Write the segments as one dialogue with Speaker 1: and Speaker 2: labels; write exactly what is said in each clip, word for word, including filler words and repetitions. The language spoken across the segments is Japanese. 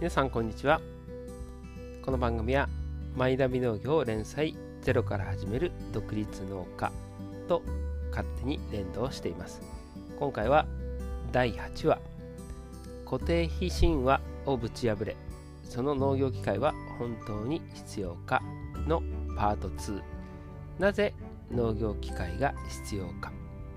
Speaker 1: 皆さんこんにちは。この番組はマイナビ農業連載ゼロから始める独立農家と勝手に連動しています。今回はだいはちわ、固定費神話をぶち破れ、その農業機械は本当に必要かのパートツー、なぜ農業機械が必要か。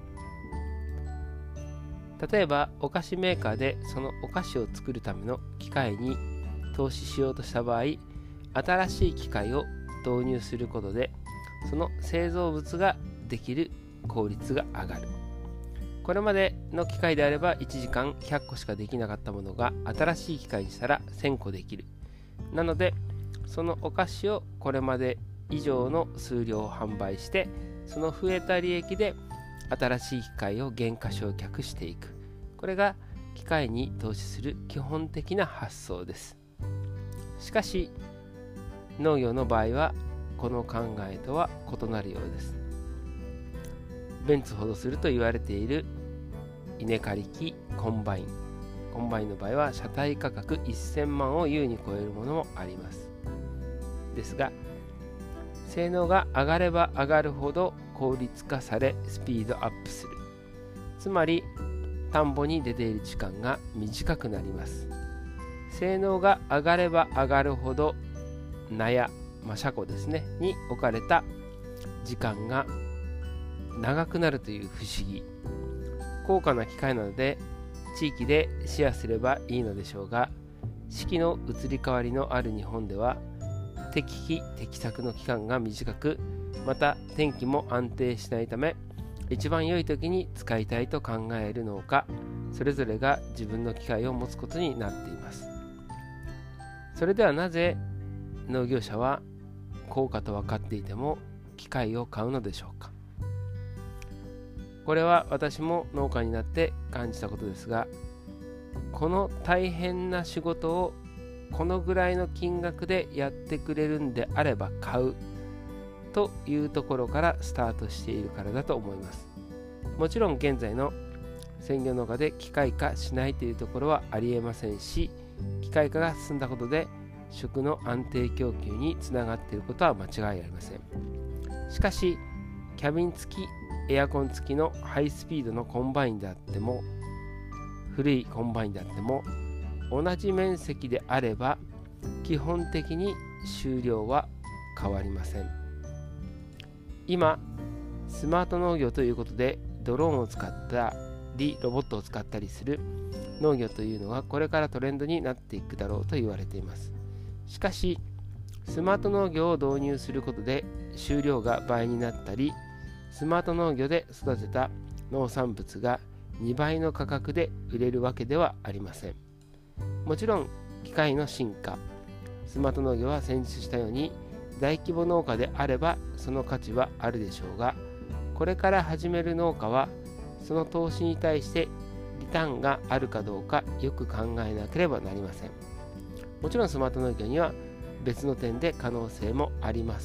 Speaker 1: 例えばお菓子メーカーでそのお菓子を作るための機械に投資しようとした場合、新しい機械を導入することでその製造物ができる効率が上がる。これまでの機械であればいちじかんひゃっこしかできなかったものが新しい機械にしたらせんこできる。なのでそのお菓子をこれまで以上の数量を販売して、その増えた利益で新しい機械を減価償却していく。これが機械に投資する基本的な発想です。しかし農業の場合はこの考えとは異なるようです。ベンツほどすると言われている稲刈り機コンバインコンバインの場合は車体価格せんまんを優に超えるものもあります。ですが性能が上がれば上がるほど効率化されスピードアップする。つまり田んぼに出ている時間が短くなります。性能が上がれば上がるほど苗や、まあ、車庫ですねに置かれた時間が長くなるという不思議。高価な機械なので地域でシェアすればいいのでしょうが、四季の移り変わりのある日本では適期適作の期間が短く、また天気も安定しないため、一番良い時に使いたいと考える農家それぞれが自分の機械を持つことになっています。それではなぜ農業者は高価と分かっていても機械を買うのでしょうか。これは私も農家になって感じたことですが、この大変な仕事をこのぐらいの金額でやってくれるんであれば買うというところからスタートしているからだと思います。もちろん現在の専業農家で機械化しないというところはありえませんし、機械化が進んだことで食の安定供給につながっていることは間違いありません。しかしキャビン付きエアコン付きのハイスピードのコンバインであっても、古いコンバインであっても、同じ面積であれば基本的に収量は変わりません。今スマート農業ということでドローンを使ったりロボットを使ったりする農業というのはこれからトレンドになっていくだろうと言われています。しかしスマート農業を導入することで収量が倍になったり、スマート農業で育てた農産物がにばいの価格で売れるわけではありません。もちろん機械の進化、スマート農業は先日したように大規模農家であればその価値はあるでしょうが、これから始める農家はその投資に対してリターンがあるかどうかよく考えなければなりません。もちろんスマート農業には別の点で可能性もあります。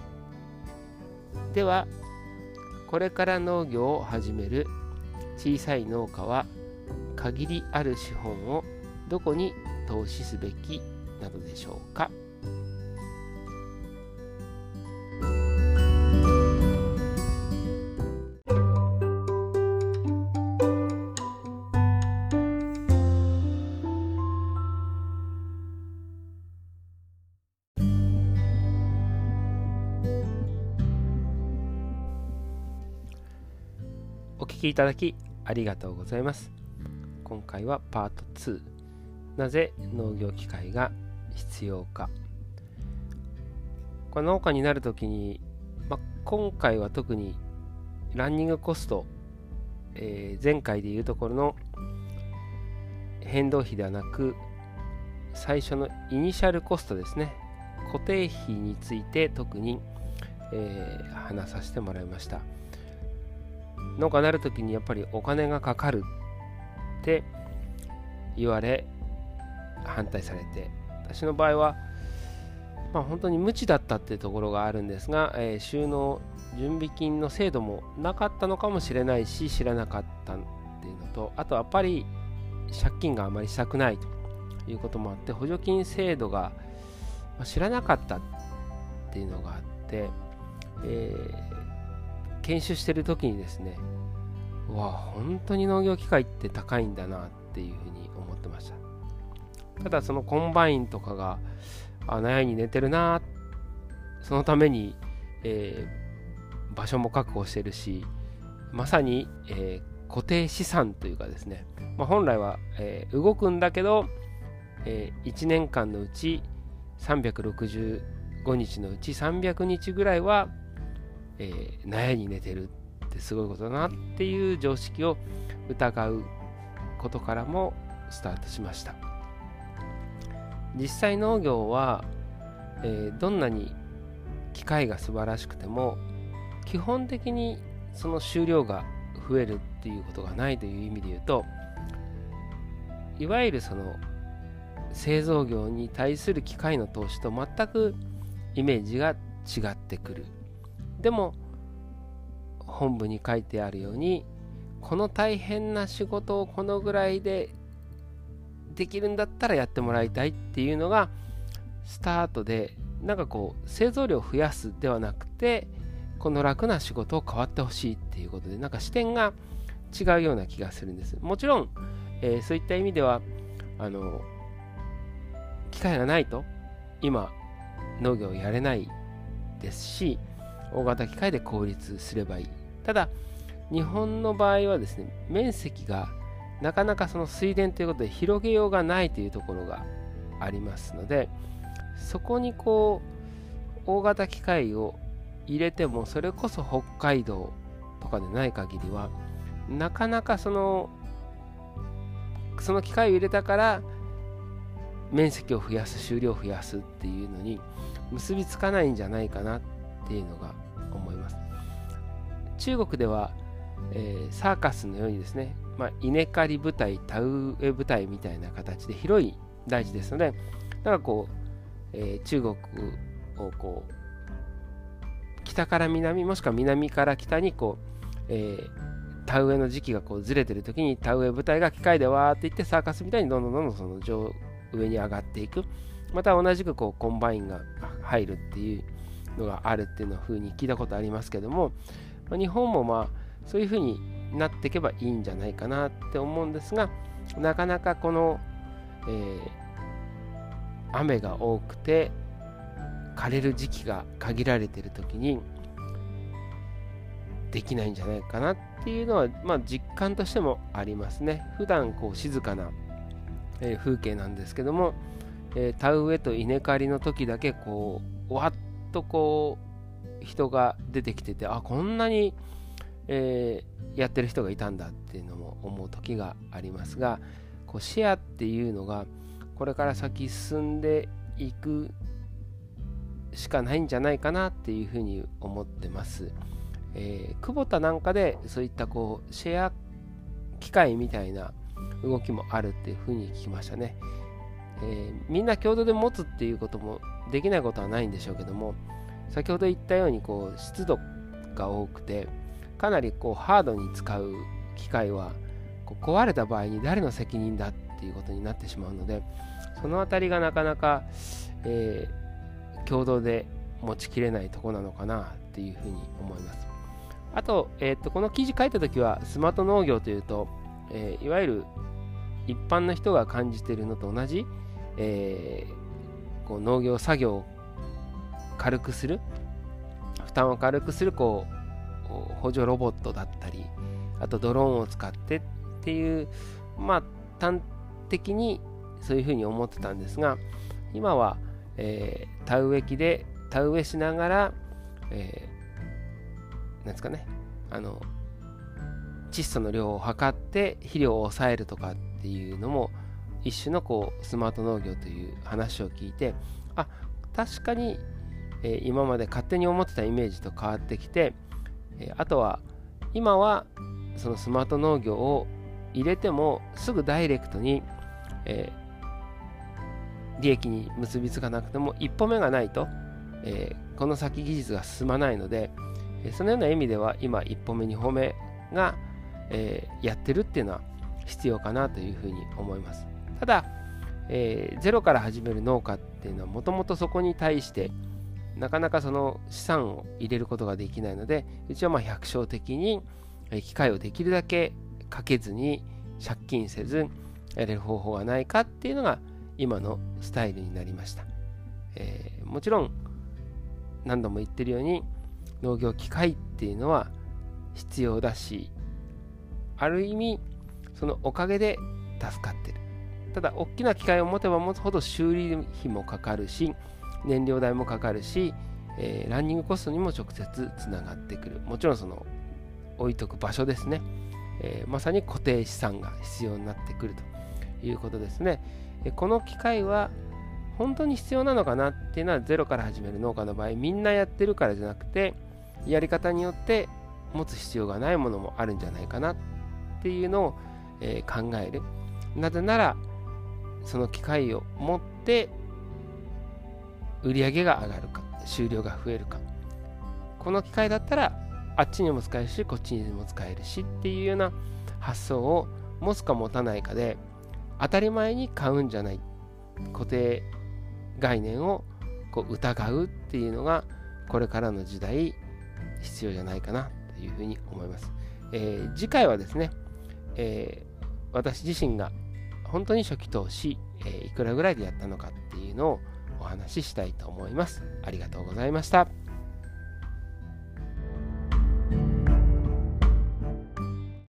Speaker 1: ではこれから農業を始める小さい農家は限りある資本をどこに投資すべきなのでしょうか。お聞きいただきありがとうございます。今回はパートツー、なぜ農業機械が必要か。これ農家になるときに、まあ、今回は特にランニングコスト、えー、前回でいうところの変動費ではなく、最初のイニシャルコストですね、固定費について特に、えー、話させてもらいました。農家になるときにやっぱりお金がかかるって言われ反対されて、私の場合は、まあ、本当に無知だったっていうところがあるんですが、えー、収納準備金の制度もなかったのかもしれないし、知らなかったっていうのと、あとやっぱり借金があまりしたくないということもあって補助金制度が知らなかったっていうのがあって、えー、研修してる時にですね、うわ本当に農業機械って高いんだなっていうふうに思ってました。ただそのコンバインとかがあ納屋に寝てるな、そのために、えー、場所も確保してるし、まさに、えー、固定資産というかですね、まあ、本来は、えー、動くんだけど、えー、いちねんかんのうちさんびゃくろくじゅうごにちのうちさんびゃくにちぐらいは、えー、納屋に寝てるってすごいことだなっていう常識を疑うことからもスタートしました。実際農業は、えー、どんなに機械が素晴らしくても基本的にその収量が増えるっていうことがないという意味で言うと、いわゆるその製造業に対する機械の投資と全くイメージが違ってくる。でも本部に書いてあるように、この大変な仕事をこのぐらいでできるんだったらやってもらいたいっていうのがスタートで、なんかこう製造量を増やすではなくて、この楽な仕事を変わってほしいっていうことで、なんか視点が違うような気がするんです。もちろん、えー、そういった意味ではあの機械がないと今農業をやれないですし、大型機械で効率すればいい。ただ日本の場合はですね、面積がなかなかその水田ということで広げようがないというところがありますので、そこにこう大型機械を入れても、それこそ北海道とかでない限りはなかなかそのその機械を入れたから面積を増やす、収量を増やすっていうのに結びつかないんじゃないかなっていうのが思います。中国では、えー、サーカスのようにですね、まあ、稲刈り部隊、田植え部隊みたいな形で広い大地ですので、だからこう、えー、中国をこう北から南、もしくは南から北にこう、えー、田植えの時期がこうずれてる時に田植え部隊が機械でわーっていって、サーカスみたいにどんどんどんどんその上上に上がっていく。また同じくこうコンバインが入るっていうのがあるっていうのを風に聞いたことありますけども、まあ、日本もまあそういう風になっていけばいいんじゃないかなって思うんですが、なかなかこの、えー、雨が多くて枯れる時期が限られている時にできないんじゃないかなっていうのは、まあ、実感としてもありますね。普段こう静かな、えー、風景なんですけども、えー、田植えと稲刈りの時だけこうわっとこう人が出てきてて、あこんなに、えー、やってる人がいたんだっていうのも思う時がありますが、こうシェアっていうのがこれから先進んでいくしかないんじゃないかなっていうふうに思ってます。えー、久保田なんかでそういったこうシェア機械みたいな動きもあるっていうふうに聞きましたね。えー、みんな共同で持つっていうこともできないことはないんでしょうけども、先ほど言ったようにこう湿度が多くてかなりこうハードに使う機械はこう壊れた場合に誰の責任だっていうことになってしまうので、そのあたりがなかなか、えー、共同で持ちきれないところなのかなっていうふうに思います。あと、えー、とこの記事書いたときはスマート農業というと、えー、いわゆる一般の人が感じているのと同じ、えー、こう農業作業を軽くする、負担を軽くするこう補助ロボットだったり、あとドローンを使ってっていう、まあ端的にそういうふうに思ってたんですが、今は、えー、田植え機で田植えしながら、えー、なんですかね、あの窒素の量を測って肥料を抑えるとかっていうのも一種のこうスマート農業という話を聞いて、あ確かに、えー、今まで勝手に思ってたイメージと変わってきて、えー、あとは今はそのスマート農業を入れてもすぐダイレクトに、えー、利益に結びつかなくても一歩目がないと、えー、この先技術が進まないので、えー、そのような意味では今一歩目二歩目が、えー、やってるっていうのは必要かなというふうに思います。ただ、 えー、ゼロから始める農家っていうのはもともとそこに対してなかなかその資産を入れることができないので、うちはまあ百姓的に機械をできるだけかけずに借金せずやれる方法はないかっていうのが今のスタイルになりました。えー、もちろん何度も言ってるように農業機械っていうのは必要だし、ある意味そのおかげで助かってる。ただ大きな機械を持てば持つほど修理費もかかるし、燃料代もかかるし、えー、ランニングコストにも直接つながってくる。もちろんその置いとく場所ですね、えー、まさに固定資産が必要になってくるということですね。えー、この機械は本当に必要なのかなっていうのは、ゼロから始める農家の場合みんなやってるからじゃなくて、やり方によって持つ必要がないものもあるんじゃないかなっていうのを、えー、考える。なぜならその機械を持って売り上げが上がるか、収量が増えるか、この機械だったらあっちにも使えるしこっちにも使えるしっていうような発想を持つか持たないかで、当たり前に買うんじゃない、固定概念をこう疑うっていうのがこれからの時代必要じゃないかなというふうに思います。えー、次回はですね、えー、私自身が本当に初期投資、えー、いくらぐらいでやったのかっていうのをお話ししたいと思います。ありがとうございました。